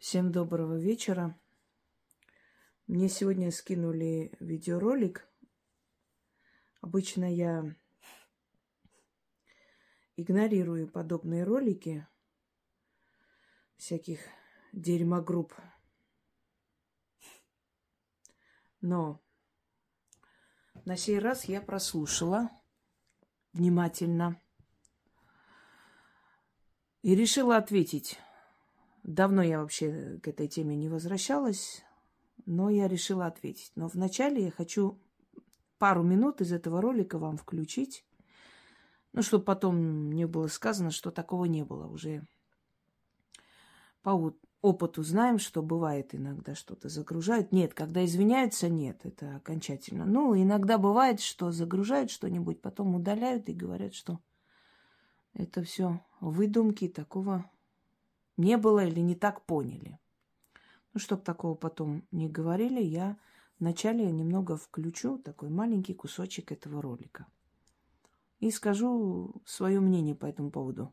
Всем доброго вечера. Мне сегодня скинули видеоролик. Обычно я игнорирую подобные ролики всяких дерьмогрупп. Но на сей раз я прослушала внимательно и решила ответить. Давно я вообще к этой теме не возвращалась, но я решила ответить. Но вначале я хочу пару минут из этого ролика вам включить, чтобы потом не было сказано, что такого не было. Уже по опыту знаем, что бывает иногда что-то загружают. Нет, когда извиняются, нет, это окончательно. Иногда бывает, что загружают что-нибудь, потом удаляют и говорят, что это все выдумки, такого не было или не так поняли. Чтобы такого потом не говорили, я вначале немного включу такой маленький кусочек этого ролика. И скажу свое мнение по этому поводу.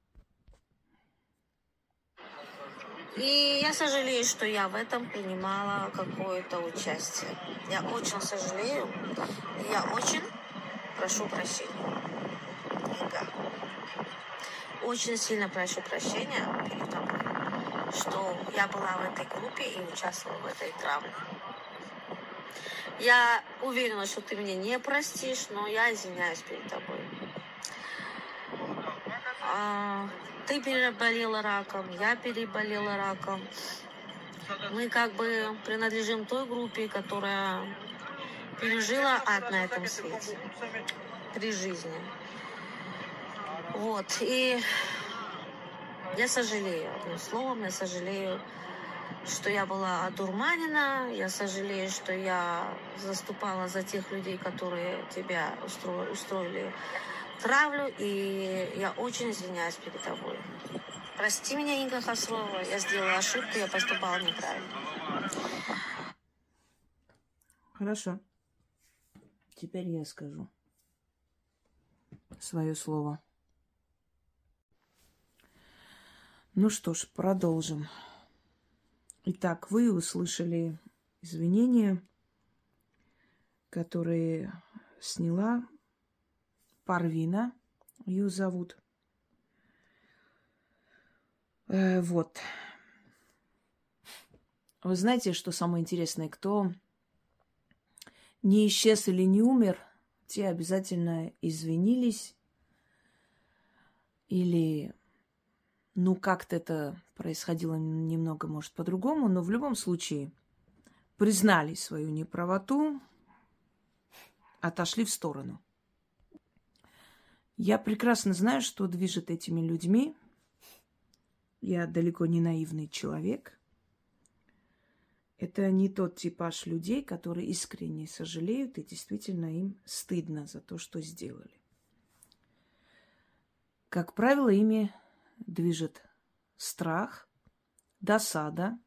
И я сожалею, что я в этом принимала какое-то участие. Я очень сожалею. И я очень прошу прощения. Инга. Очень сильно прошу прощения перед тобой, что я была в этой группе и участвовала в этой травме. Я уверена, что ты меня не простишь, но я извиняюсь перед тобой. Ты переболела раком, я переболела раком. Мы принадлежим той группе, которая пережила ад на этом свете при жизни. И я сожалею, одним словом, я сожалею, что я была одурманена, я сожалею, что я заступала за тех людей, которые тебя устроили травлю, и я очень извиняюсь перед тобой. Прости меня, Инга Хасрова, я сделала ошибку, я поступала неправильно. Хорошо. Теперь я скажу свое слово. Ну что ж, продолжим. Итак, вы услышали извинения, которые сняла Парвина, ее зовут. Вы знаете, что самое интересное? Кто не исчез или не умер, те обязательно извинились. Или, как-то это происходило немного, может, по-другому, но в любом случае признали свою неправоту, отошли в сторону. Я прекрасно знаю, что движет этими людьми. Я далеко не наивный человек. Это не тот типаж людей, которые искренне сожалеют, и действительно им стыдно за то, что сделали. Как правило, ими движет страх, досада,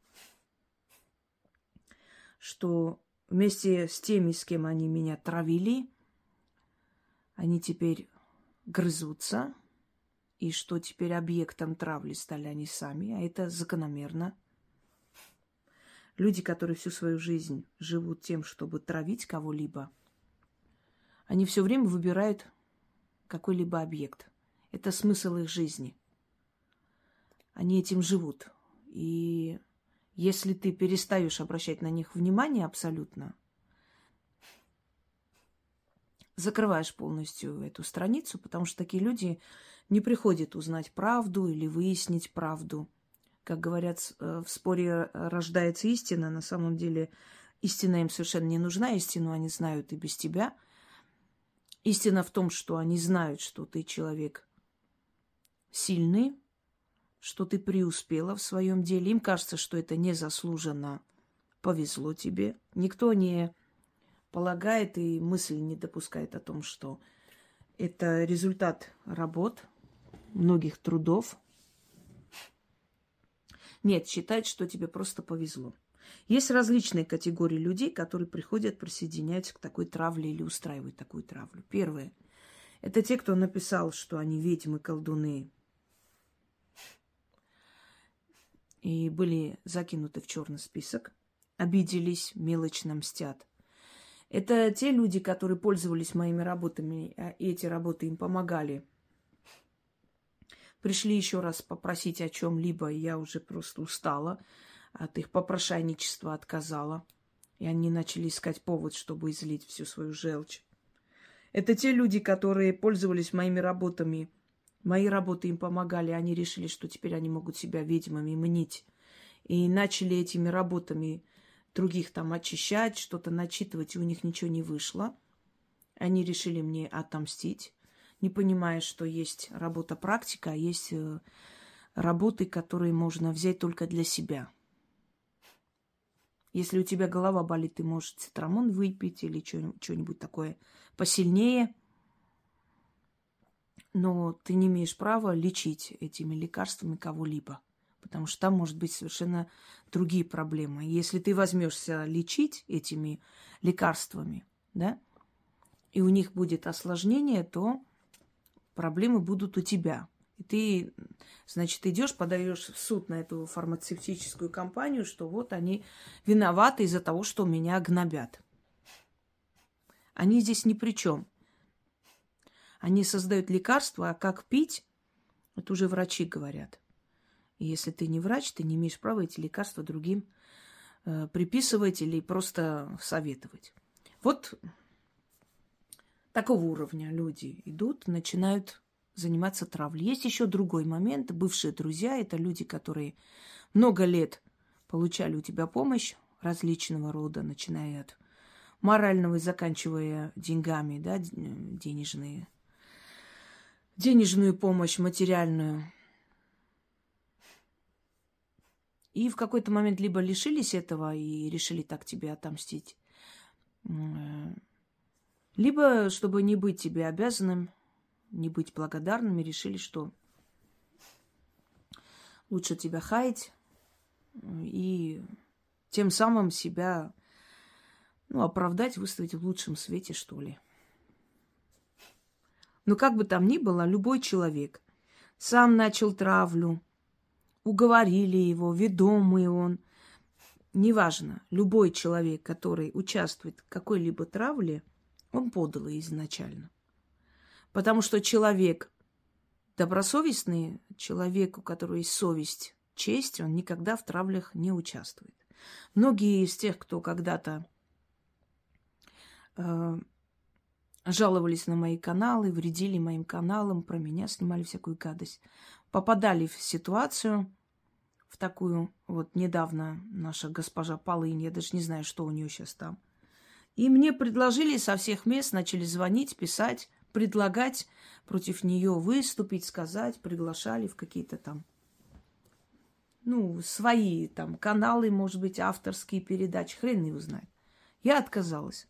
что вместе с теми, с кем они меня травили, они теперь грызутся, и что теперь объектом травли стали они сами, а это закономерно. Люди, которые всю свою жизнь живут тем, чтобы травить кого-либо, они все время выбирают какой-либо объект. Это смысл их жизни. Они этим живут. И если ты перестаешь обращать на них внимание абсолютно, закрываешь полностью эту страницу, потому что такие люди не приходят узнать правду или выяснить правду. Как говорят, в споре рождается истина. На самом деле истина им совершенно не нужна. Истину они знают и без тебя. Истина в том, что они знают, что ты человек сильный, что ты преуспела в своем деле. Им кажется, что это незаслуженно повезло тебе. Никто не полагает и мысли не допускает о том, что это результат работ, многих трудов. Нет, считает, что тебе просто повезло. Есть различные категории людей, которые приходят, присоединяются к такой травле или устраивают такую травлю. Первое. Это те, кто написал, что они ведьмы, колдуны. и были закинуты в черный список, обиделись, мелочно мстят. Это те люди, которые пользовались моими работами, и эти работы им помогали. Пришли еще раз попросить о чем-либо, и я уже просто устала от их попрошайничества, отказала. И они начали искать повод, чтобы излить всю свою желчь. Это те люди, которые пользовались моими работами. Мои работы им помогали. Они решили, что теперь они могут себя ведьмами мнить. И начали этими работами других там очищать, что-то начитывать, и у них ничего не вышло. Они решили мне отомстить, не понимая, что есть работа-практика, а есть работы, которые можно взять только для себя. Если у тебя голова болит, ты можешь цитрамон выпить или что-нибудь такое посильнее. Но ты не имеешь права лечить этими лекарствами кого-либо. Потому что там может быть совершенно другие проблемы. Если ты возьмешься лечить этими лекарствами, да, и у них будет осложнение, то проблемы будут у тебя. И ты, значит, идешь, подаешь в суд на эту фармацевтическую компанию, что вот они виноваты из-за того, что меня гнобят. Они здесь ни при чем. Они создают лекарства, а как пить, это уже врачи говорят. И если ты не врач, ты не имеешь права эти лекарства другим приписывать или просто советовать. Вот такого уровня люди идут, начинают заниматься травлей. Есть еще другой момент. Бывшие друзья – это люди, которые много лет получали у тебя помощь различного рода, начиная от морального и заканчивая деньгами, да, денежную помощь, материальную. И в какой-то момент либо лишились этого и решили так тебе отомстить, либо, чтобы не быть тебе обязанным, не быть благодарными, решили, что лучше тебя хаять и тем самым себя, оправдать, выставить в лучшем свете, что ли. Но как бы там ни было, любой человек сам начал травлю, уговорили его, ведомый он. Неважно, любой человек, который участвует в какой-либо травле, он подлый изначально. Потому что человек добросовестный, человек, у которого есть совесть, честь, он никогда в травлях не участвует. Многие из тех, кто когда-то жаловались на мои каналы, вредили моим каналам, про меня снимали всякую гадость, попадали в ситуацию, в такую, вот недавно наша госпожа Полынь, я даже не знаю, что у нее сейчас там. И мне предложили со всех мест, начали звонить, писать, предлагать против нее выступить, сказать, приглашали в какие-то там, свои там каналы, может быть, авторские передачи, хрен его знает. Я отказалась.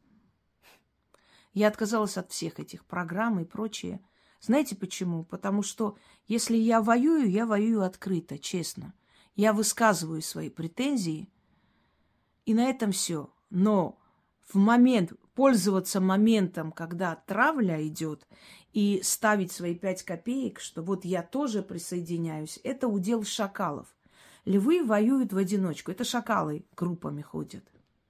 Я отказалась от всех этих программ и прочее. Знаете почему? Потому что если я воюю открыто, честно. Я высказываю свои претензии, и на этом все. Но в момент, пользоваться моментом, когда травля идет, и ставить свои 5 копеек, что вот я тоже присоединяюсь, это удел шакалов. Львы воюют в одиночку. Это шакалы группами ходят.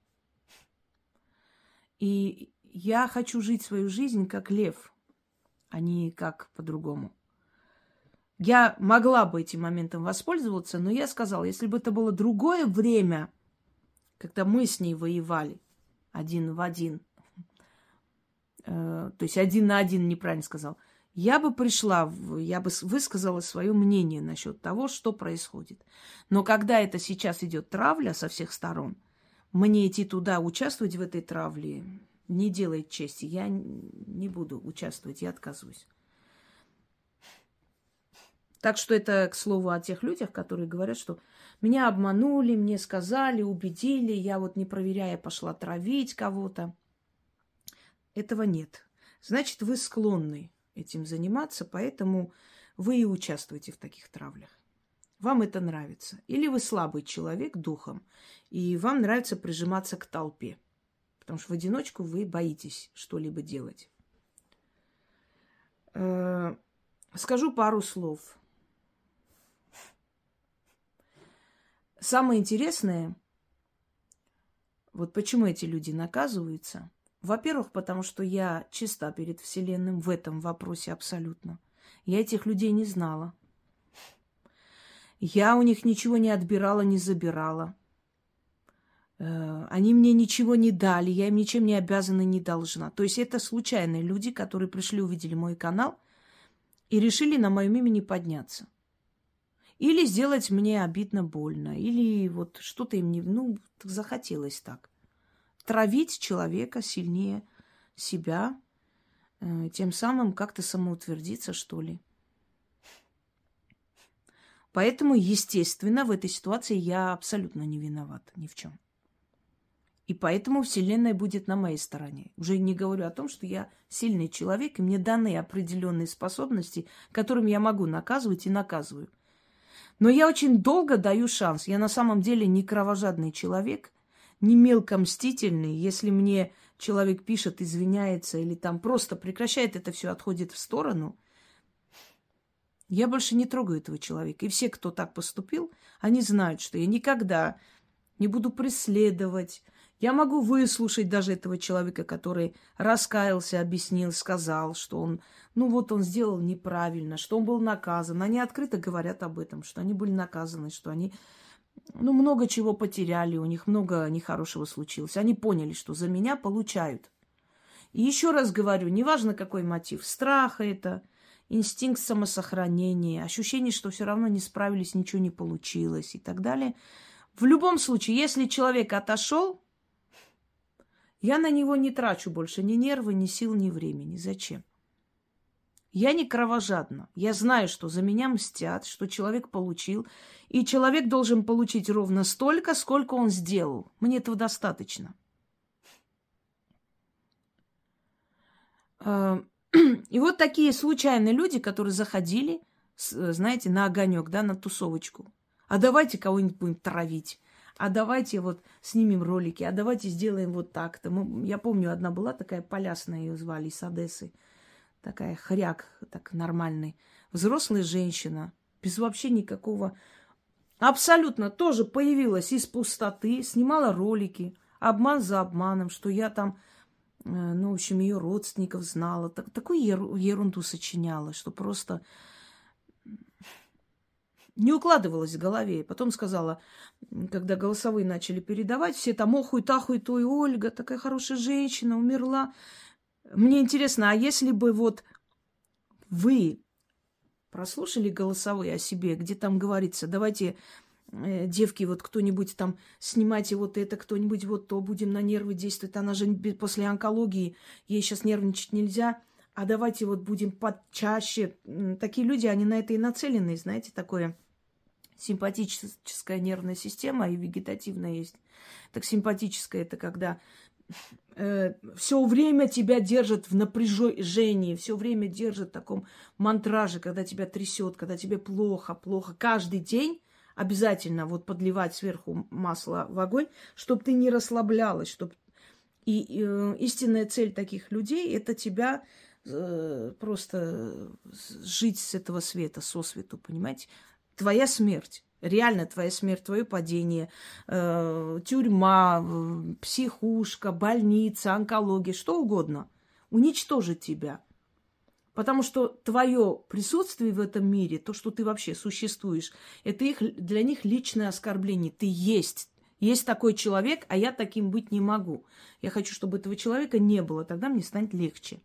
И я хочу жить свою жизнь как лев, а не как по-другому. Я могла бы этим моментом воспользоваться, но я сказала, если бы это было другое время, когда мы с ней воевали один в один, то есть 1 на 1, неправильно сказал, я бы пришла, я бы высказала свое мнение насчет того, что происходит. Но когда это сейчас идет травля со всех сторон, мне идти туда, участвовать в этой травле не делает чести. Я не буду участвовать, я отказываюсь. Так что это, к слову, о тех людях, которые говорят, что меня обманули, мне сказали, убедили, я вот не проверяя пошла травить кого-то. Этого нет. Значит, вы склонны этим заниматься, поэтому вы и участвуете в таких травлях. Вам это нравится. Или вы слабый человек духом, и вам нравится прижиматься к толпе. Потому что в одиночку вы боитесь что-либо делать. Скажу пару слов. самое интересное, вот почему эти люди наказываются. Во-первых, потому что я чиста перед Вселенным в этом вопросе абсолютно. Я этих людей не знала. Я у них ничего не отбирала, не забирала. Они мне ничего не дали, я им ничем не обязана, не должна. То есть это случайные люди, которые пришли, увидели мой канал и решили на моем имени подняться. Или сделать мне обидно, больно. Или вот что-то им не... Ну, захотелось так. Травить человека сильнее себя, тем самым как-то самоутвердиться, что ли. Поэтому, естественно, в этой ситуации я абсолютно не виновата ни в чем. И поэтому Вселенная будет на моей стороне. Уже не говорю о том, что я сильный человек, и мне даны определенные способности, которыми я могу наказывать и наказываю. Но я очень долго даю шанс. Я на самом деле не кровожадный человек, не мелкомстительный. Если мне человек пишет, извиняется или там просто прекращает это все, отходит в сторону, я больше не трогаю этого человека. И все, кто так поступил, они знают, что я никогда не буду преследовать. Я могу выслушать даже этого человека, который раскаялся, объяснил, сказал, что он, он сделал неправильно, что он был наказан. Они открыто говорят об этом, что они были наказаны, что они, много чего потеряли, у них много нехорошего случилось. Они поняли, что за меня получают. И еще раз говорю, неважно какой мотив, страха это, инстинкт самосохранения, ощущение, что все равно не справились, ничего не получилось и так далее. В любом случае, если человек отошел, я на него не трачу больше ни нервы, ни сил, ни времени. Зачем? Я не кровожадна. Я знаю, что за меня мстят, что человек получил. И человек должен получить ровно столько, сколько он сделал. Мне этого достаточно. И вот такие случайные люди, которые заходили, знаете, на огонек, да, на тусовочку. А давайте кого-нибудь будем травить. А давайте вот снимем ролики, а давайте сделаем вот так-то. Я помню, одна была такая полясная, ее звали, из Одессы. Такая хряк, так нормальный. Взрослая женщина, без вообще никакого... Абсолютно тоже появилась из пустоты, снимала ролики, обман за обманом, что я там, в общем, ее родственников знала. Такую ерунду сочиняла, что просто... Не укладывалось в голове. Потом сказала, когда голосовые начали передавать, все там охуют, ой, Ольга, такая хорошая женщина, умерла. Мне интересно, а если бы вот вы прослушали голосовые о себе, где там говорится, давайте, девки, вот кто-нибудь там, снимайте вот это, кто-нибудь вот то, будем на нервы действовать, она же после онкологии, ей сейчас нервничать нельзя, а давайте вот будем почаще. Такие люди, они на это и нацелены, знаете, такое... Симпатическая нервная система и вегетативная есть. Так симпатическая это когда все время тебя держат в напряжении, все время держат в таком мантраже, когда тебя трясет, когда тебе плохо. Каждый день обязательно вот подливать сверху масло в огонь, чтобы ты не расслаблялась. И истинная цель таких людей – это тебя просто жить с этого света, сосвету, понимаете? Твоя смерть, реально твоя смерть, твое падение, тюрьма, психушка, больница, онкология, что угодно, уничтожит тебя. Потому что твое присутствие в этом мире, то, что ты вообще существуешь, это для них личное оскорбление. Ты есть такой человек, а я таким быть не могу. Я хочу, чтобы этого человека не было, тогда мне станет легче.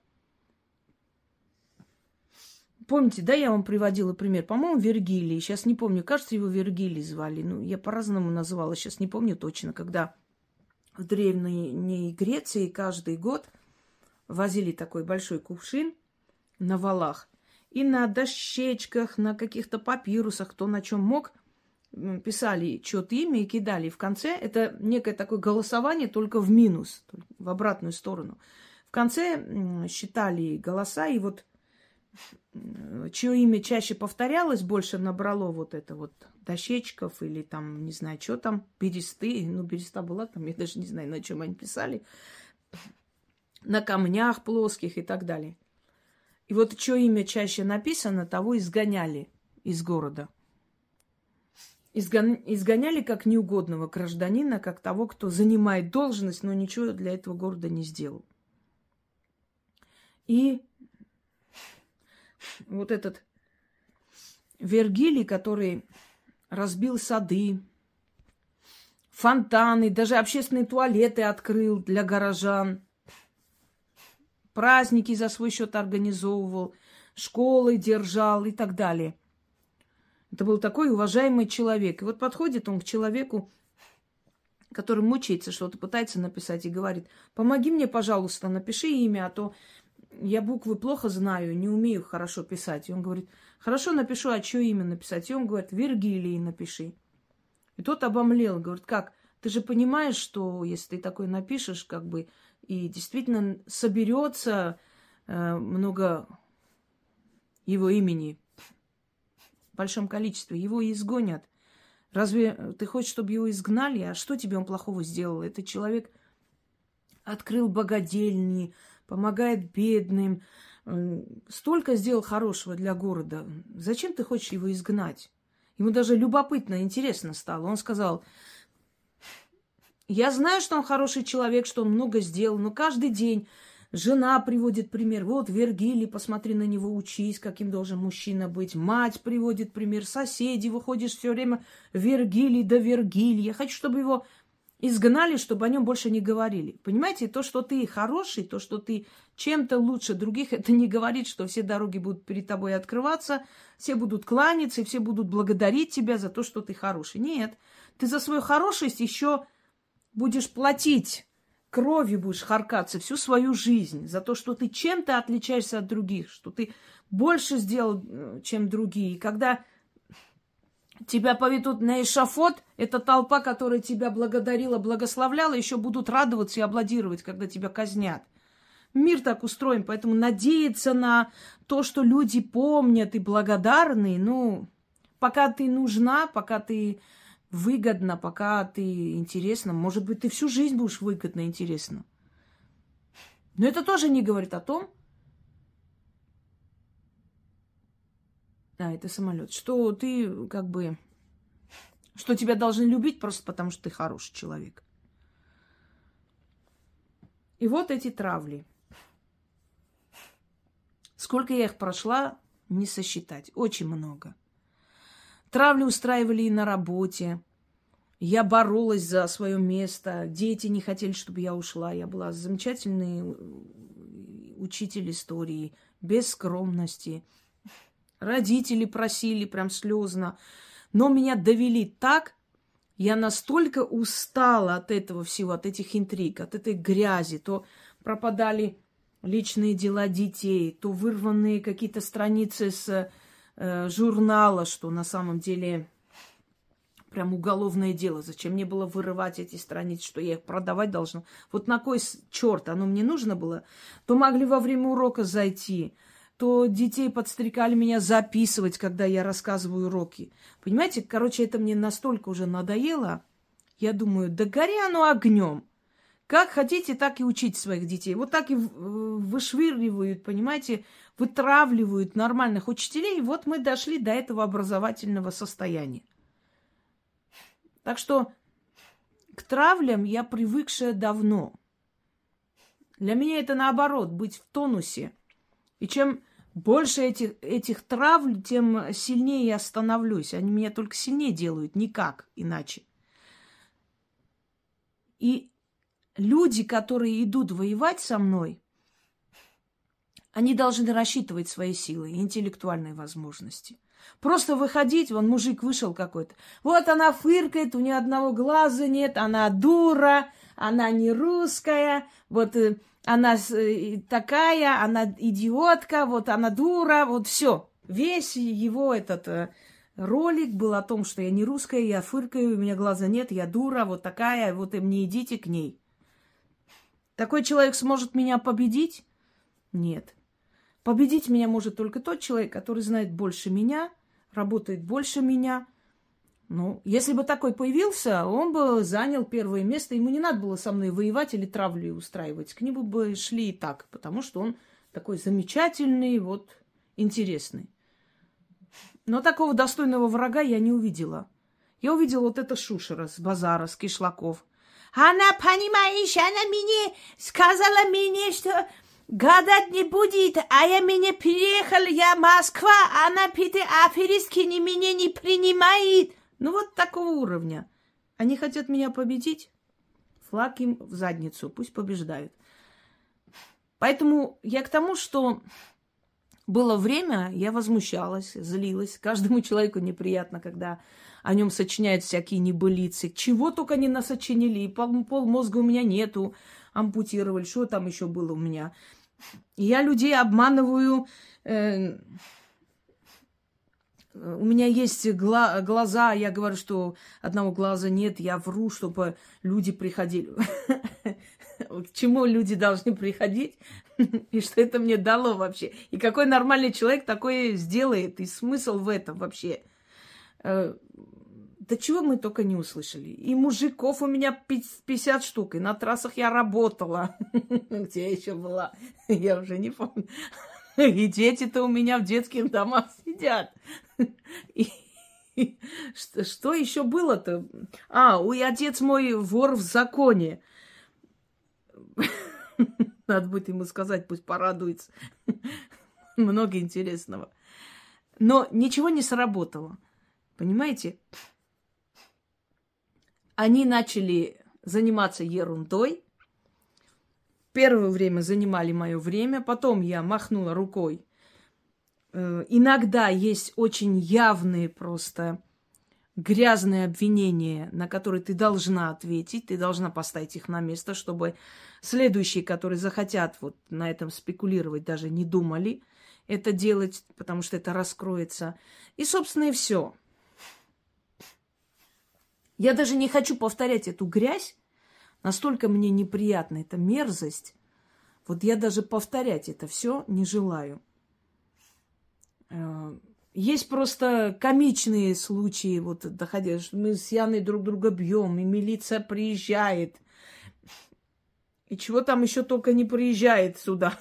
Помните, да, я вам приводила пример. По-моему, Вергилий. Сейчас не помню. Кажется, его Вергилий звали. Я по-разному называла. Сейчас не помню точно. Когда в Древней Греции каждый год возили такой большой кувшин на валах. И на дощечках, на каких-то папирусах, кто на чем мог, писали чьё-то имя и кидали. И в конце это некое такое голосование только в минус, в обратную сторону. В конце считали голоса, и вот чье имя чаще повторялось, больше набрало вот это вот дощечков или там, не знаю, что там, бересты. Береста была там, я даже не знаю, на чем они писали. На камнях плоских и так далее. И вот чье имя чаще написано, того изгоняли из города. изгоняли как неугодного гражданина, как того, кто занимает должность, но ничего для этого города не сделал. И вот этот Вергилий, который разбил сады, фонтаны, даже общественные туалеты открыл для горожан, праздники за свой счет организовывал, школы держал и так далее. Это был такой уважаемый человек. И вот подходит он к человеку, который мучается, что-то пытается написать, и говорит: помоги мне, пожалуйста, напиши имя, а то я буквы плохо знаю, не умею хорошо писать. И он говорит: хорошо, напишу, а что имя написать? И он говорит: Вергилий напиши. И тот обомлел, говорит: как? Ты же понимаешь, что если ты такое напишешь, как бы, и действительно соберется много его имени, в большом количестве, его изгонят. Разве ты хочешь, чтобы его изгнали? А что тебе он плохого сделал? Этот человек открыл богадельни, помогает бедным, столько сделал хорошего для города. Зачем ты хочешь его изгнать? Ему даже любопытно, интересно стало. Он сказал: я знаю, что он хороший человек, что он много сделал, но каждый день жена приводит пример. Вот Вергилий, посмотри на него, учись, каким должен мужчина быть. Мать приводит пример, соседи, выходишь все время: Вергилий да Вергилий. Я хочу, чтобы его изгнали, чтобы о нем больше не говорили. Понимаете, то, что ты хороший, то, что ты чем-то лучше других, это не говорит, что все дороги будут перед тобой открываться, все будут кланяться, и все будут благодарить тебя за то, что ты хороший. Нет, ты за свою хорошесть еще будешь платить, кровью будешь харкаться всю свою жизнь за то, что ты чем-то отличаешься от других, что ты больше сделал, чем другие. И когда тебя поведут на эшафот, эта толпа, которая тебя благодарила, благословляла, еще будут радоваться и аплодировать, когда тебя казнят. Мир так устроен, поэтому надеяться на то, что люди помнят и благодарны, ну, пока ты нужна, пока ты выгодна, пока ты интересна, может быть, ты всю жизнь будешь выгодно интересна. Но это тоже не говорит о том, это самолет, что ты как бы, что тебя должны любить просто потому, что ты хороший человек. И вот эти травли. Сколько я их прошла, не сосчитать. Очень много. Травли устраивали и на работе. Я боролась за свое место. Дети не хотели, чтобы я ушла. Я была замечательный учитель истории, без скромности. Родители просили прям слезно. Но меня довели так, я настолько устала от этого всего, от этих интриг, от этой грязи. То пропадали личные дела детей, то вырванные какие-то страницы с журнала, что на самом деле прям уголовное дело. Зачем мне было вырывать эти страницы, что я их продавать должна? Вот на кой черт оно мне нужно было? То могли во время урока зайти, то детей подстрекали меня записывать, когда я рассказываю уроки. Понимаете, короче, это мне настолько уже надоело. Я думаю, да гори оно огнем. Как хотите, так и учите своих детей. Вот так и вышвыривают, понимаете, вытравливают нормальных учителей. И вот мы дошли до этого образовательного состояния. Так что к травлям я привыкшая давно. Для меня это наоборот, быть в тонусе. И чем больше этих травл, тем сильнее я становлюсь. Они меня только сильнее делают, никак иначе. И люди, которые идут воевать со мной, они должны рассчитывать свои силы и интеллектуальные возможности. Просто выходить, вон мужик вышел какой-то. Вот она фыркает, у нее одного глаза нет, она дура, она не русская, вот она такая, она идиотка, вот она дура, вот все. Весь его этот ролик был о том, что я не русская, я фыркаю, у меня глаза нет, я дура, вот такая, вот и мне идите к ней. Такой человек сможет меня победить? Нет. Победить меня может только тот человек, который знает больше меня, работает больше меня. Ну, если бы такой появился, он бы занял первое место. Ему не надо было со мной воевать или травлю устраивать. К нему бы шли и так, потому что он такой замечательный, вот, интересный. Но такого достойного врага я не увидела. Я увидела вот это шушера с базара, с кишлаков. Она, понимаешь, она мне сказала мне, что гадать не будет, а я меня переехала, я Москва, она аферистки меня не принимает. Ну вот такого уровня. Они хотят меня победить, флаг им в задницу, пусть побеждают. Поэтому я к тому, что было время, я возмущалась, злилась. Каждому человеку неприятно, когда о нем сочиняют всякие небылицы. Чего только не насочинили. Полмозга у меня нету. Ампутировали. Что там еще было у меня? Я людей обманываю. У меня есть глаза. Я говорю, что одного глаза нет. Я вру, чтобы люди приходили. К чему люди должны приходить? И что это мне дало вообще? И какой нормальный человек такое сделает? И смысл в этом вообще? Да чего мы только не услышали. И мужиков у меня 50 штук. И на трассах я работала. Где я еще была? Я уже не помню. И дети-то у меня в детских домах сидят. Что еще было-то? И отец мой вор в законе. Надо будет ему сказать, пусть порадуется. Много интересного. Но ничего не сработало. Понимаете? Они начали заниматься ерундой. Первое время занимали мое время. Потом я махнула рукой. Иногда есть очень явные просто грязные обвинения, на которые ты должна ответить, ты должна поставить их на место, чтобы следующие, которые захотят вот на этом спекулировать, даже не думали это делать, потому что это раскроется. И, собственно, и все. Я даже не хочу повторять эту грязь, настолько мне неприятна эта мерзость. Вот я даже повторять это все не желаю. Есть просто комичные случаи, вот доходя, что мы с Яной друг друга бьем, и милиция приезжает. И чего там еще только не приезжает сюда.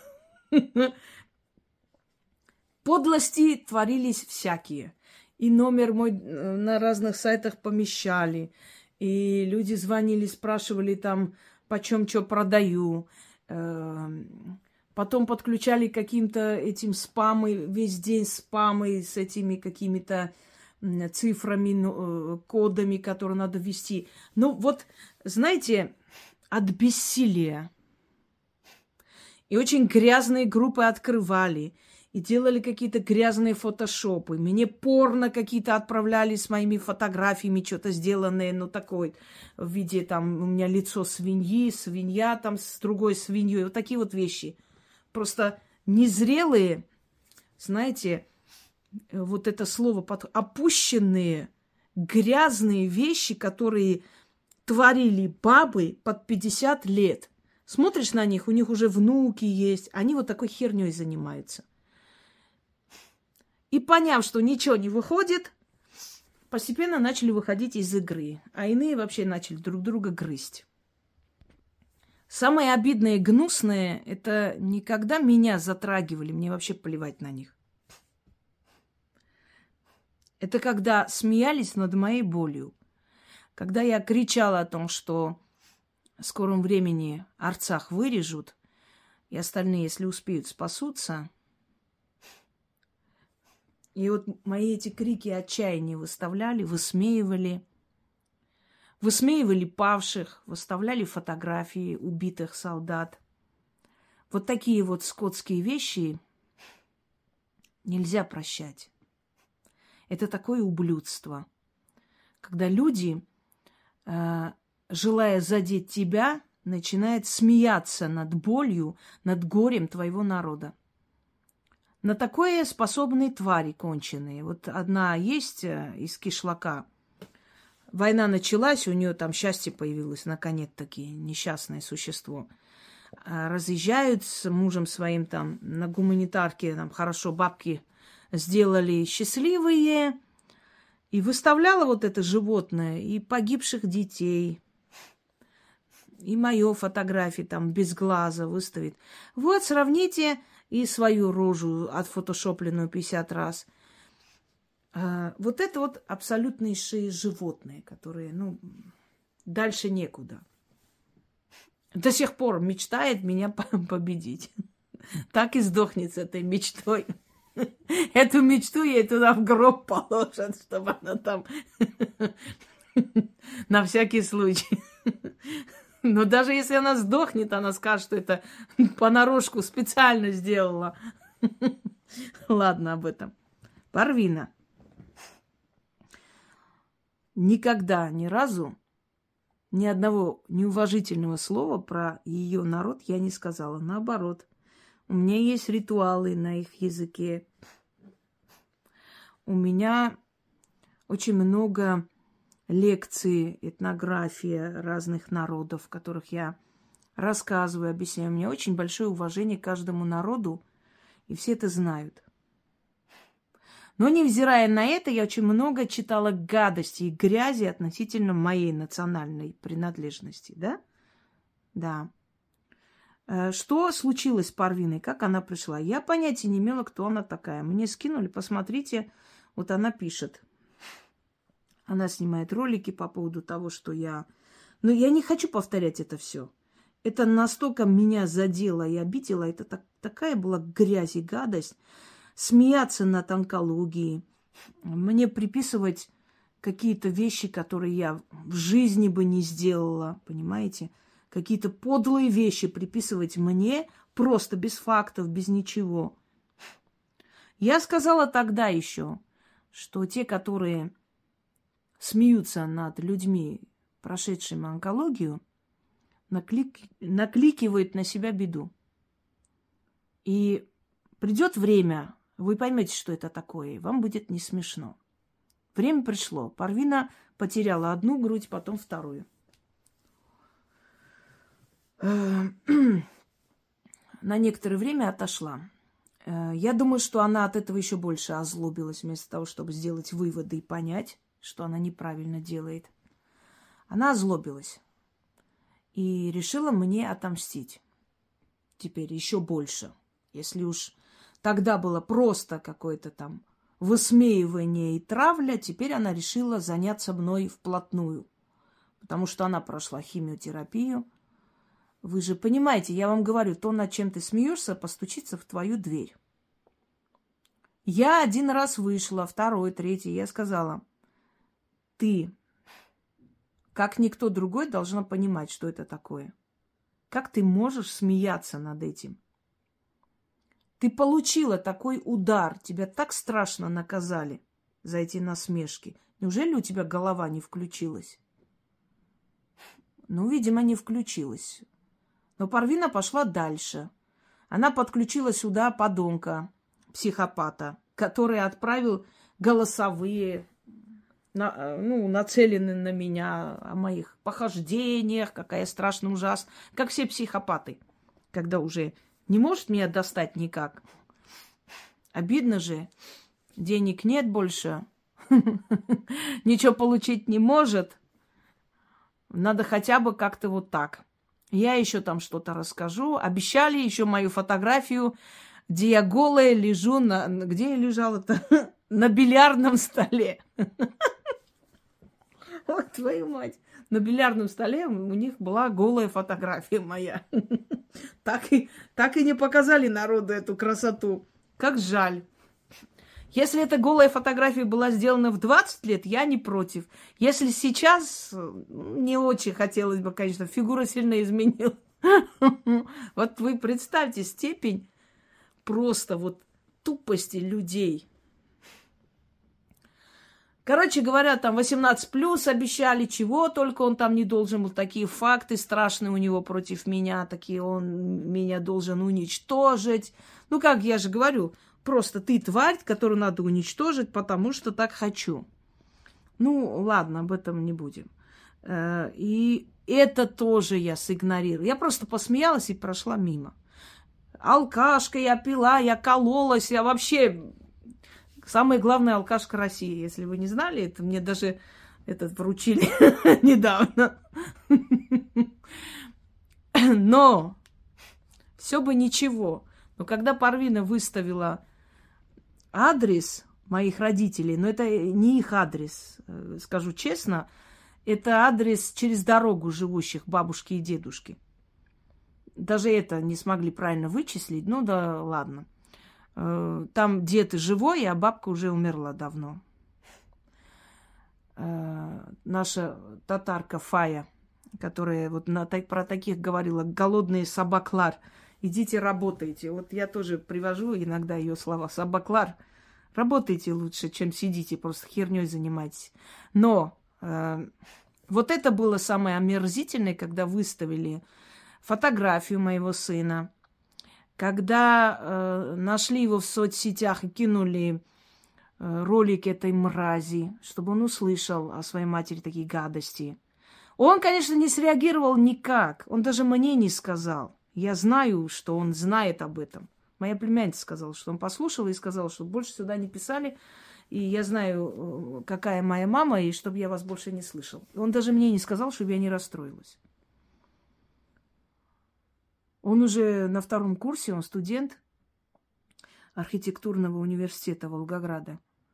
Подлости творились всякие. И номер мой на разных сайтах помещали. И люди звонили, спрашивали там, почем что продаю. Потом подключали каким-то этим спамы, весь день спамы с этими какими-то цифрами, кодами, которые надо ввести. Ну вот, знаете, от бессилия. И очень грязные группы открывали. И делали какие-то грязные фотошопы. Мне порно какие-то отправляли с моими фотографиями, что-то сделанное, ну, такое, в виде, там, у меня лицо свиньи, свинья там с другой свиньей. Вот такие вот вещи. Просто незрелые, знаете, вот это слово, опущенные, грязные вещи, которые творили бабы под 50 лет. Смотришь на них, у них уже внуки есть, они вот такой херней занимаются. И поняв, что ничего не выходит, постепенно начали выходить из игры. А иные вообще начали друг друга грызть. Самое обидное и гнусное, это не когда меня затрагивали, мне вообще плевать на них. Это когда смеялись над моей болью. Когда я кричала о том, что в скором времени Арцах вырежут, и остальные, если успеют, спасутся. И вот мои эти крики отчаяния выставляли, высмеивали. Высмеивали павших, выставляли фотографии убитых солдат. Вот такие вот скотские вещи нельзя прощать. Это такое ублюдство. Когда люди, желая задеть тебя, начинают смеяться над болью, над горем твоего народа. На такое способны твари конченые. Вот одна есть из кишлака. Война началась, у нее там счастье появилось, наконец-таки, несчастное существо. Разъезжают с мужем своим там на гуманитарке, там хорошо бабки сделали счастливые. И выставляла вот это животное, и погибших детей, и мою фотографию там без глаза выставит. Вот, сравните и свою рожу отфотошопленную 50 раз. Вот это вот абсолютнейшие животные, которые, дальше некуда. До сих пор мечтает меня победить. Так и сдохнет с этой мечтой. Эту мечту ей туда в гроб положат, чтобы она там на всякий случай. Но даже если она сдохнет, она скажет, что это понарошку специально сделала. Ладно об этом. Парвина. Никогда, ни разу, ни одного неуважительного слова про ее народ я не сказала. Наоборот, у меня есть ритуалы на их языке. У меня очень много лекций, этнография разных народов, в которых я рассказываю, объясняю. У меня очень большое уважение к каждому народу, и все это знают. Но невзирая на это, я очень много читала гадости и грязи относительно моей национальной принадлежности, да? Да. Что случилось с Парвиной? Как она пришла? Я понятия не имела, кто она такая. Мне скинули, посмотрите, вот она пишет. Она снимает ролики по поводу того, что я... Но я не хочу повторять это все. Это настолько меня задело и обидело. Это такая была грязь и гадость. Смеяться над онкологией. Мне приписывать какие-то вещи, которые я в жизни бы не сделала. Понимаете? Какие-то подлые вещи приписывать мне просто без фактов, без ничего. Я сказала тогда еще, что те, которые смеются над людьми, прошедшими онкологию, накликивают на себя беду. И придет время, вы поймете, что это такое, и вам будет не смешно. Время пришло. Парвина потеряла одну грудь, потом вторую. На некоторое время отошла. Я думаю, что она от этого еще больше озлобилась, вместо того, чтобы сделать выводы и понять, что она неправильно делает. Она озлобилась и решила мне отомстить. Теперь еще больше. Если уж тогда было просто какое-то там высмеивание и травля, теперь она решила заняться мной вплотную. Потому что она прошла химиотерапию. Вы же понимаете, я вам говорю, то, над чем ты смеешься, постучится в твою дверь. Я один раз вышла, второй, третий, я сказала, ты, как никто другой, должна понимать, что это такое. Как ты можешь смеяться над этим? Ты получила такой удар, тебя так страшно наказали за эти насмешки. Неужели у тебя голова не включилась? Ну, видимо, не включилась. Но Парвина пошла дальше. Она подключила сюда подонка, психопата, который отправил голосовые, нацеленные на меня, о моих похождениях, какая страшная, ужасная. Как все психопаты, когда уже не может меня достать никак. Обидно же. Денег нет больше. Ничего получить не может. Надо хотя бы как-то вот так. Я еще там что-то расскажу. Обещали еще мою фотографию, где я голая лежу Где я лежала-то? На бильярдном столе. Вот твою мать. На бильярдном столе у них была голая фотография моя. Так и не показали народу эту красоту. Как жаль. Если эта голая фотография была сделана в 20 лет, я не против. Если сейчас, не очень хотелось бы, конечно, фигура сильно изменилась. Вот вы представьте степень просто вот тупости людей. Короче говоря, там 18+ обещали, чего только он там не должен был. Такие факты страшные у него против меня, такие он меня должен уничтожить. Ну, как я же говорю, просто ты тварь, которую надо уничтожить, потому что так хочу. Ну, ладно, об этом не будем. И это тоже я сигнорировала. Я просто посмеялась и прошла мимо. Алкашка я пила, я кололась, я вообще... Самая главная алкашка России. Если вы не знали, это мне даже вручили недавно. Но все бы ничего. Но когда Парвина выставила адрес моих родителей. Но это не их адрес, скажу честно. Это адрес через дорогу живущих бабушки и дедушки. Даже это не смогли правильно вычислить. Ну да ладно. Там дед живой, а бабка уже умерла давно. Наша татарка Фая, которая вот про таких говорила, голодные собаклар, идите работайте. Вот я тоже привожу иногда ее слова. Собаклар, работайте лучше, чем сидите, просто херней занимайтесь. Но вот это было самое омерзительное, когда выставили фотографию моего сына, когда нашли его в соцсетях и кинули ролик этой мрази, чтобы он услышал о своей матери такие гадости. Он, конечно, не среагировал никак. Он даже мне не сказал. Я знаю, что он знает об этом. Моя племянница сказала, что он послушал и сказал, что больше сюда не писали. И я знаю, какая моя мама, и чтобы я вас больше не слышал. Он даже мне не сказал, чтобы я не расстроилась. Он уже на 2-м курсе, он студент архитектурного университета Волгограда.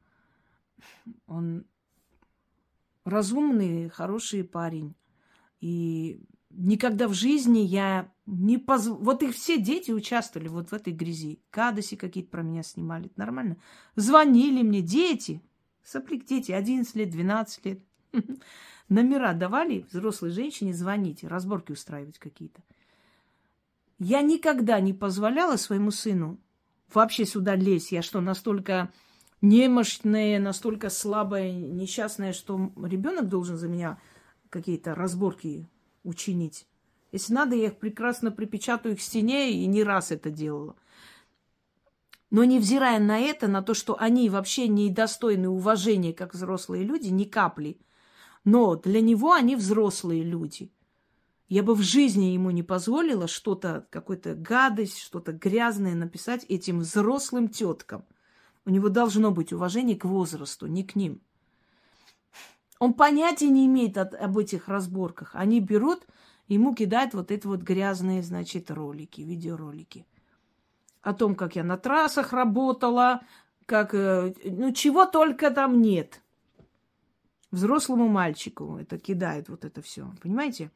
Он разумный, хороший парень. И никогда в жизни я не позволю... Вот их все дети участвовали вот в этой грязи. Гадости какие-то про меня снимали. Это нормально. Звонили мне дети. Сопляк дети, 11 лет, 12 лет. Номера давали взрослой женщине звонить, разборки устраивать какие-то. Я никогда не позволяла своему сыну вообще сюда лезть. Я что, настолько немощная, настолько слабая, несчастная, что ребенок должен за меня какие-то разборки учинить. Если надо, я их прекрасно припечатаю к стене, и не раз это делала. Но невзирая на это, на то, что они вообще не достойны уважения, как взрослые люди, ни капли. Но для него они взрослые люди. Я бы в жизни ему не позволила что-то, какую-то гадость, что-то грязное написать этим взрослым теткам. У него должно быть уважение к возрасту, не к ним. Он понятия не имеет об этих разборках. Они берут, ему кидают вот эти вот грязные, значит, ролики, видеоролики. О том, как я на трассах работала, как, ну, чего только там нет. Взрослому мальчику это кидает вот это все, понимаете?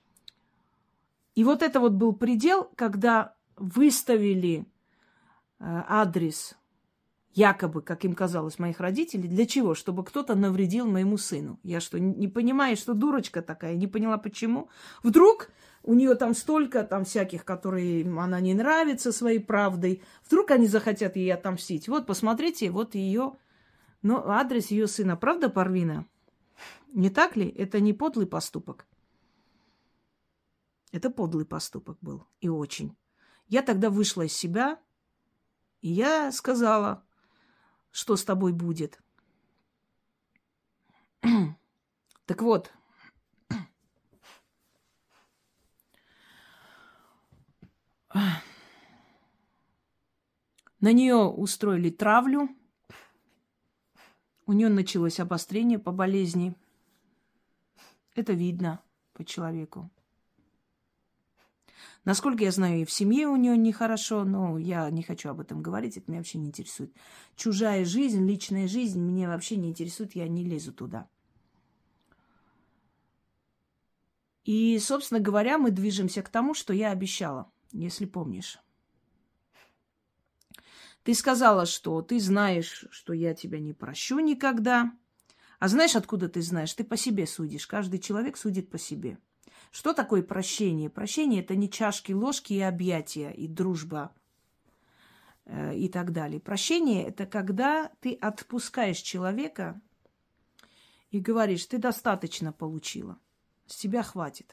И вот это вот был предел, когда выставили адрес, якобы, как им казалось, моих родителей. Для чего? Чтобы кто-то навредил моему сыну. Я что, не понимаю, что дурочка такая? Не поняла, почему? Вдруг у нее там столько там всяких, которые она не нравится своей правдой. Вдруг они захотят ей отомстить. Вот, посмотрите, вот ее, ну, адрес ее сына. Правда, Парвина? Не так ли? Это не подлый поступок. Это подлый поступок был. И очень. Я тогда вышла из себя, и я сказала, что с тобой будет. Так вот. На нее устроили травлю. У нее началось обострение по болезни. Это видно по человеку. Насколько я знаю, и в семье у нее нехорошо, но я не хочу об этом говорить, это меня вообще не интересует. Чужая жизнь, личная жизнь меня вообще не интересует, я не лезу туда. И, собственно говоря, мы движемся к тому, что я обещала, если помнишь. Ты сказала, что ты знаешь, что я тебя не прощу никогда. А знаешь, откуда ты знаешь? Ты по себе судишь. Каждый человек судит по себе. Что такое прощение? Прощение – это не чашки, ложки и объятия, и дружба, и так далее. Прощение – это когда ты отпускаешь человека и говоришь, ты достаточно получила, с тебя хватит.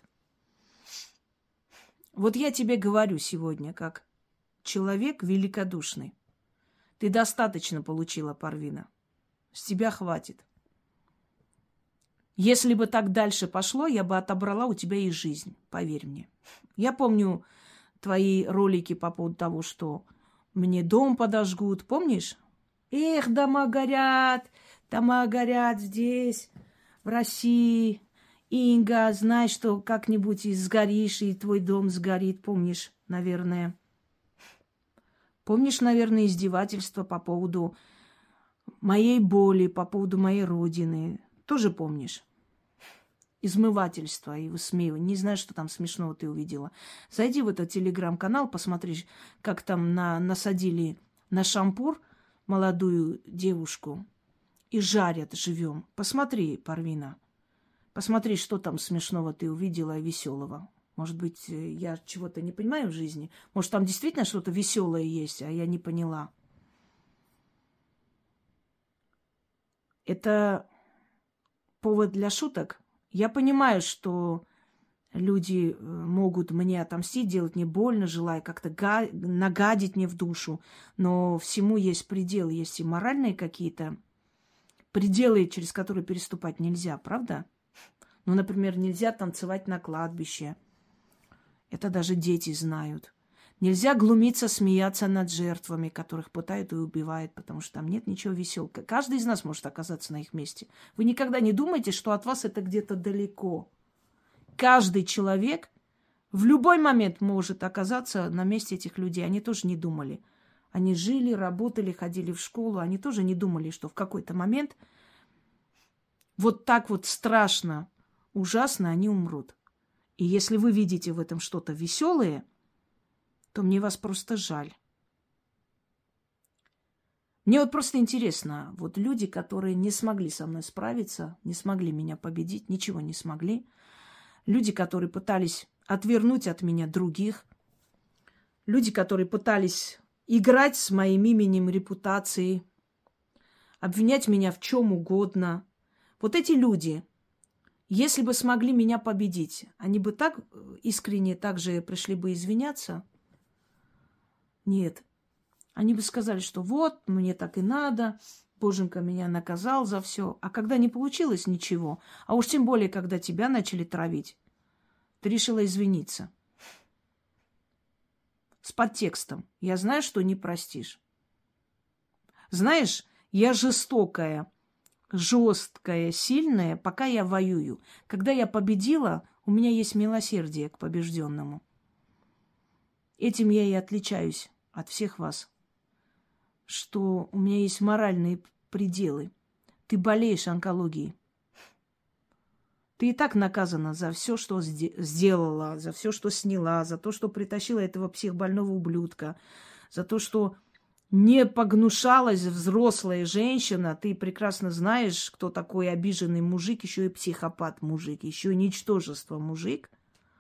Вот я тебе говорю сегодня, как человек великодушный. Ты достаточно получила, Парвина, с тебя хватит. Если бы так дальше пошло, я бы отобрала у тебя и жизнь, поверь мне. Я помню твои ролики по поводу того, что мне дом подожгут, помнишь? Эх, дома горят здесь, в России. Инга, знай, что как-нибудь и сгоришь, и твой дом сгорит, помнишь, наверное. Помнишь, наверное, издевательства по поводу моей боли по поводу моей родины. Тоже помнишь? Измывательство и высмеивание. Не знаю, что там смешного ты увидела. Зайди в этот телеграм-канал, посмотри, как там насадили на шампур молодую девушку и жарят живем. Посмотри, Парвина. Посмотри, что там смешного ты увидела и веселого. Может быть, я чего-то не понимаю в жизни. Может, там действительно что-то веселое есть, а я не поняла. Это повод для шуток? Я понимаю, что люди могут мне отомстить, делать мне больно, желая как-то нагадить мне в душу. Но всему есть пределы, есть и моральные какие-то пределы, через которые переступать нельзя, правда? Ну, например, нельзя танцевать на кладбище. Это даже дети знают. Нельзя глумиться, смеяться над жертвами, которых пытают и убивают, потому что там нет ничего веселого. Каждый из нас может оказаться на их месте. Вы никогда не думайте, что от вас это где-то далеко. Каждый человек в любой момент может оказаться на месте этих людей. Они тоже не думали. Они жили, работали, ходили в школу. Они тоже не думали, что в какой-то момент вот так вот страшно, ужасно они умрут. И если вы видите в этом что-то веселое, то мне вас просто жаль. Мне вот просто интересно, вот люди, которые не смогли со мной справиться, не смогли меня победить, ничего не смогли, люди, которые пытались отвернуть от меня других, люди, которые пытались играть с моим именем, репутацией, обвинять меня в чем угодно. Вот эти люди, если бы смогли меня победить, они бы так искренне также пришли бы извиняться? Нет. Они бы сказали, что вот, мне так и надо, Боженька меня наказал за все. А когда не получилось ничего, а уж тем более, когда тебя начали травить, ты решила извиниться. С подтекстом. Я знаю, что не простишь. Знаешь, я жестокая, жесткая, сильная, пока я воюю. Когда я победила, у меня есть милосердие к побежденному. Этим я и отличаюсь от всех вас, что у меня есть моральные пределы. Ты болеешь онкологией. Ты и так наказана за все, что сделала, за все, что сняла, за то, что притащила этого психбольного ублюдка, за то, что не погнушалась взрослая женщина. Ты прекрасно знаешь, кто такой обиженный мужик, еще и психопат мужик, еще и ничтожество мужик.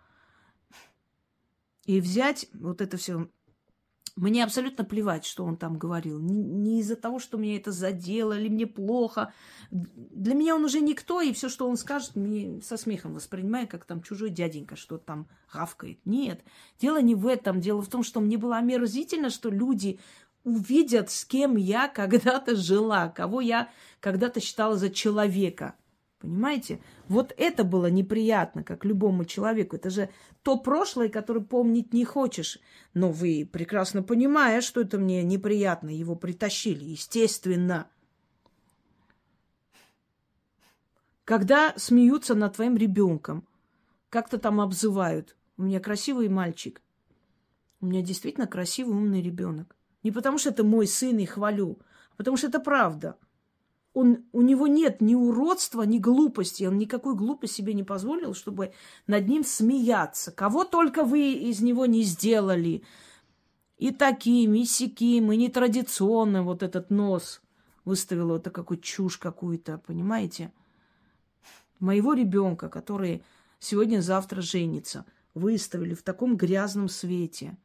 И взять вот это все. Мне абсолютно плевать, что он там говорил. Не из-за того, что меня это задело или мне плохо. Для меня он уже никто, и все, что он скажет, мне со смехом воспринимаю, как там чужой дяденька, что там гавкает. Нет, дело не в этом. Дело в том, что мне было омерзительно, что люди увидят, с кем я когда-то жила, кого я когда-то считала за человека. Понимаете? Вот это было неприятно, как любому человеку. Это же то прошлое, которое помнить не хочешь. Но вы прекрасно понимаете, что это мне неприятно. Его притащили, естественно. Когда смеются над твоим ребенком, как-то там обзывают. У меня красивый мальчик. У меня действительно красивый, умный ребенок. Не потому что это мой сын и хвалю, а потому что это правда. У него нет ни уродства, ни глупости. Он никакой глупости себе не позволил, чтобы над ним смеяться. Кого только вы из него не сделали. И таким, и сяким, и нетрадиционным вот этот нос выставил вот такую чушь какую-то, понимаете? Моего ребенка, который сегодня-завтра женится, выставили в таком грязном свете.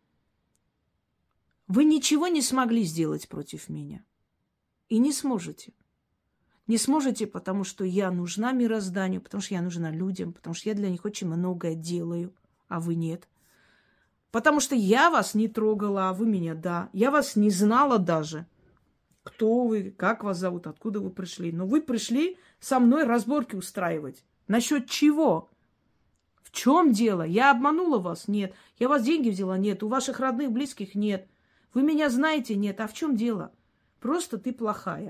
Вы ничего не смогли сделать против меня. И не сможете. Не сможете, потому что я нужна мирозданию, потому что я нужна людям, потому что я для них очень многое делаю, а вы нет. Потому что я вас не трогала, а вы меня, да. Я вас не знала даже. Кто вы, как вас зовут, откуда вы пришли. Но вы пришли со мной разборки устраивать. Насчет чего? В чем дело? Я обманула вас? Нет. Я у вас деньги взяла? Нет. У ваших родных, близких? Нет. Вы меня знаете? Нет. А в чем дело? Просто ты плохая.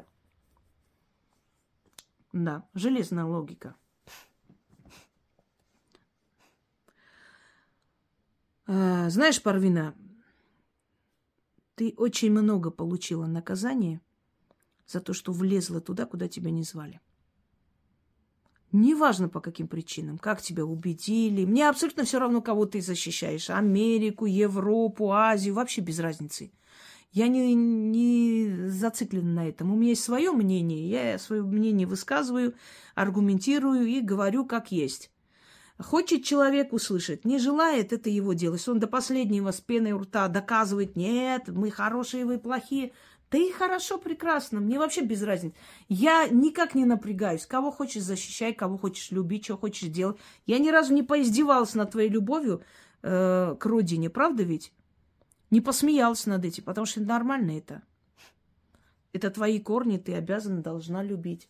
Да, железная логика. Знаешь, Парвина, ты очень много получила наказания за то, что влезла туда, куда тебя не звали. Неважно, по каким причинам, как тебя убедили. Мне абсолютно все равно, кого ты защищаешь. Америку, Европу, Азию, вообще без разницы. Я не зациклена на этом. У меня есть свое мнение. Я свое мнение высказываю, аргументирую и говорю, как есть. Хочет человек услышать, не желает, это его дело. Если он до последнего с пеной у рта доказывает, нет, мы хорошие, вы плохие. Да и хорошо, прекрасно, мне вообще без разницы. Я никак не напрягаюсь. Кого хочешь защищай, кого хочешь любить, что хочешь делать. Я ни разу не поиздевалась над твоей любовью к родине, правда ведь? Не посмеялась над этим, потому что нормально это. Это твои корни, ты обязана, должна любить.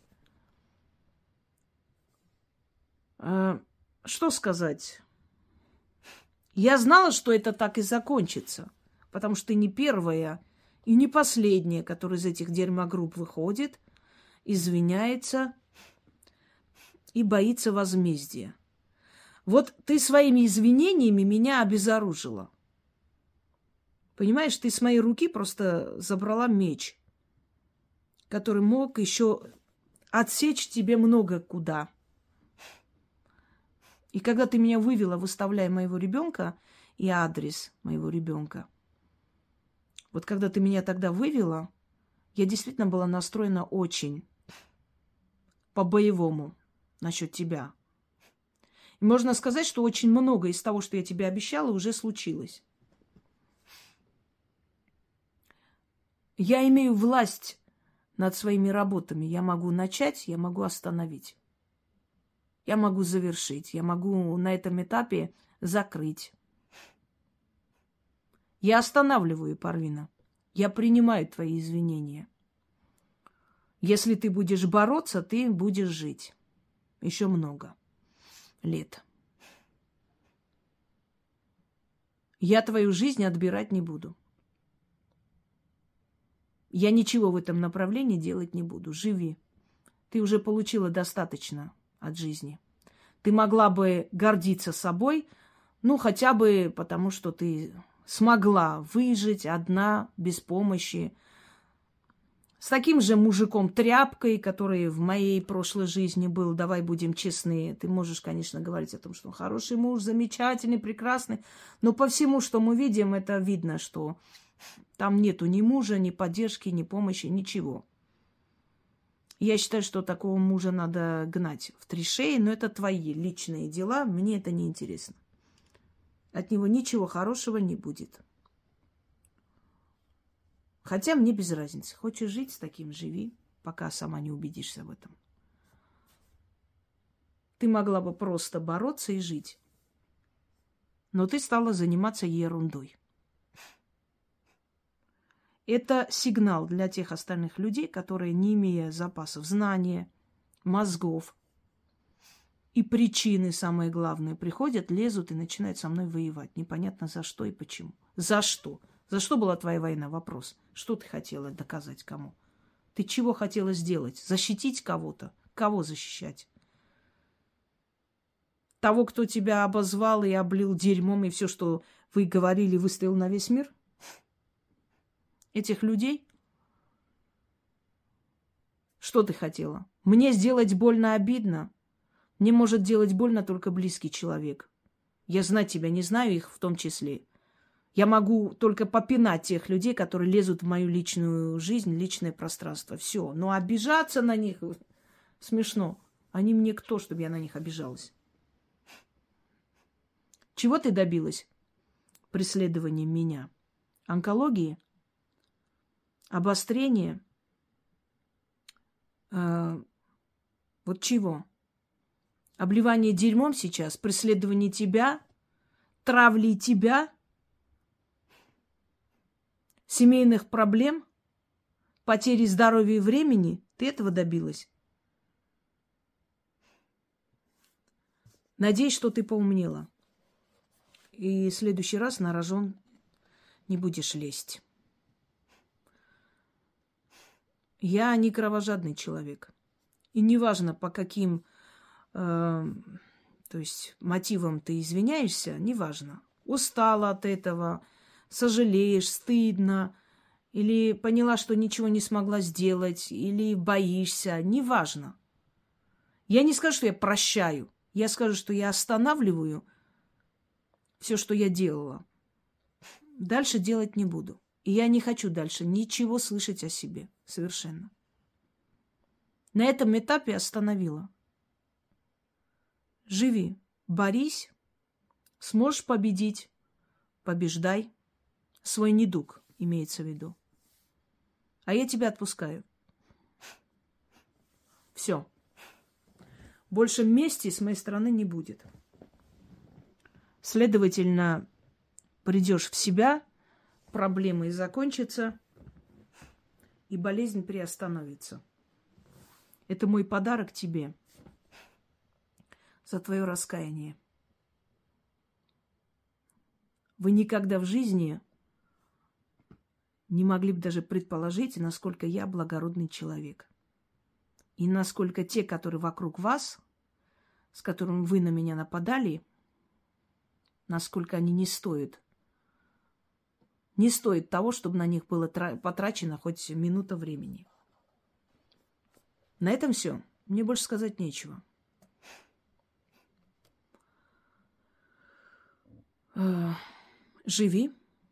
Что сказать? Я знала, что это так и закончится, потому что ты не первая и не последняя, которая из этих дерьмогрупп выходит, извиняется и боится возмездия. Вот ты своими извинениями меня обезоружила. Понимаешь, ты с моей руки просто забрала меч, который мог еще отсечь тебе много куда. И когда ты меня вывела, выставляя моего ребенка и адрес моего ребенка, вот когда ты меня тогда вывела, я действительно была настроена очень по-боевому насчет тебя. И можно сказать, что очень много из того, что я тебе обещала, уже случилось. Я имею власть над своими работами. Я могу начать, я могу остановить. Я могу завершить, я могу на этом этапе закрыть. Я останавливаю, Парвина. Я принимаю твои извинения. Если ты будешь бороться, ты будешь жить. Еще много лет. Я твою жизнь отбирать не буду. Я ничего в этом направлении делать не буду. Живи. Ты уже получила достаточно от жизни. Ты могла бы гордиться собой, ну, хотя бы потому, что ты смогла выжить одна, без помощи, с таким же мужиком-тряпкой, который в моей прошлой жизни был, давай будем честны. Ты можешь, конечно, говорить о том, что он хороший муж, замечательный, прекрасный, но по всему, что мы видим, это видно, что там нету ни мужа, ни поддержки, ни помощи, ничего. Я считаю, что такого мужа надо гнать в 3 шеи, но это твои личные дела, мне это не интересно. От него ничего хорошего не будет. Хотя мне без разницы. Хочешь жить с таким, живи, пока сама не убедишься в этом. Ты могла бы просто бороться и жить. Но ты стала заниматься ерундой. Это сигнал для тех остальных людей, которые, не имея запасов знания, мозгов и причины, самое главное, приходят, лезут и начинают со мной воевать. Непонятно за что и почему. За что? За что была твоя война? Вопрос. Что ты хотела доказать кому? Ты чего хотела сделать? Защитить кого-то? Кого защищать? Того, кто тебя обозвал и облил дерьмом, и все, что вы говорили, выставил на весь мир? Этих людей? Что ты хотела? Мне сделать больно, обидно? Мне может делать больно только близкий человек. Я знать тебя не знаю, их в том числе. Я могу только попинать тех людей, которые лезут в мою личную жизнь, личное пространство. Все. Но обижаться на них смешно. Они мне кто, чтобы я на них обижалась? Чего ты добилась преследованием меня? Онкологии? Обострение? Вот чего? Обливание дерьмом сейчас? Преследование тебя? Травли тебя? Семейных проблем? Потери здоровья и времени? Ты этого добилась? Надеюсь, что ты поумнела. И в следующий раз на рожон не будешь лезть. Я не кровожадный человек. И неважно, по каким то есть мотивам ты извиняешься, неважно. Устала от этого, сожалеешь, стыдно или поняла, что ничего не смогла сделать, или боишься, неважно. Я не скажу, что я прощаю. Я скажу, что я останавливаю все, что я делала. Дальше делать не буду. И я не хочу дальше ничего слышать о себе. Совершенно. На этом этапе остановила. Живи, борись, сможешь победить, побеждай. Свой недуг имеется в виду. А я тебя отпускаю. Все. Больше мести с моей стороны не будет. Следовательно, придешь в себя, проблемы закончатся, и болезнь приостановится. Это мой подарок тебе за твое раскаяние. Вы никогда в жизни не могли бы даже предположить, насколько я благородный человек. И насколько те, которые вокруг вас, с которыми вы на меня нападали, насколько они не стоят того, чтобы на них было потрачено хоть минута времени. На этом все. Мне больше сказать нечего. Живи.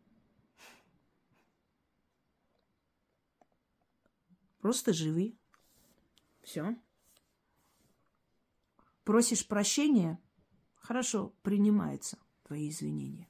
Просто живи. Все. Просишь прощения? Хорошо, принимается твои извинения.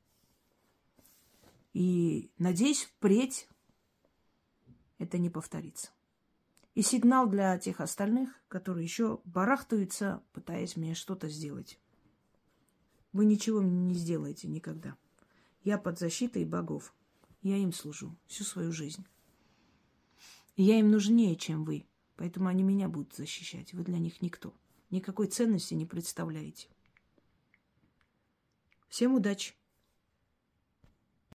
И, надеюсь, впредь это не повторится. И сигнал для тех остальных, которые еще барахтаются, пытаясь мне что-то сделать. Вы ничего мне не сделаете никогда. Я под защитой богов. Я им служу всю свою жизнь. И я им нужнее, чем вы. Поэтому они меня будут защищать. Вы для них никто. Никакой ценности не представляете. Всем удачи!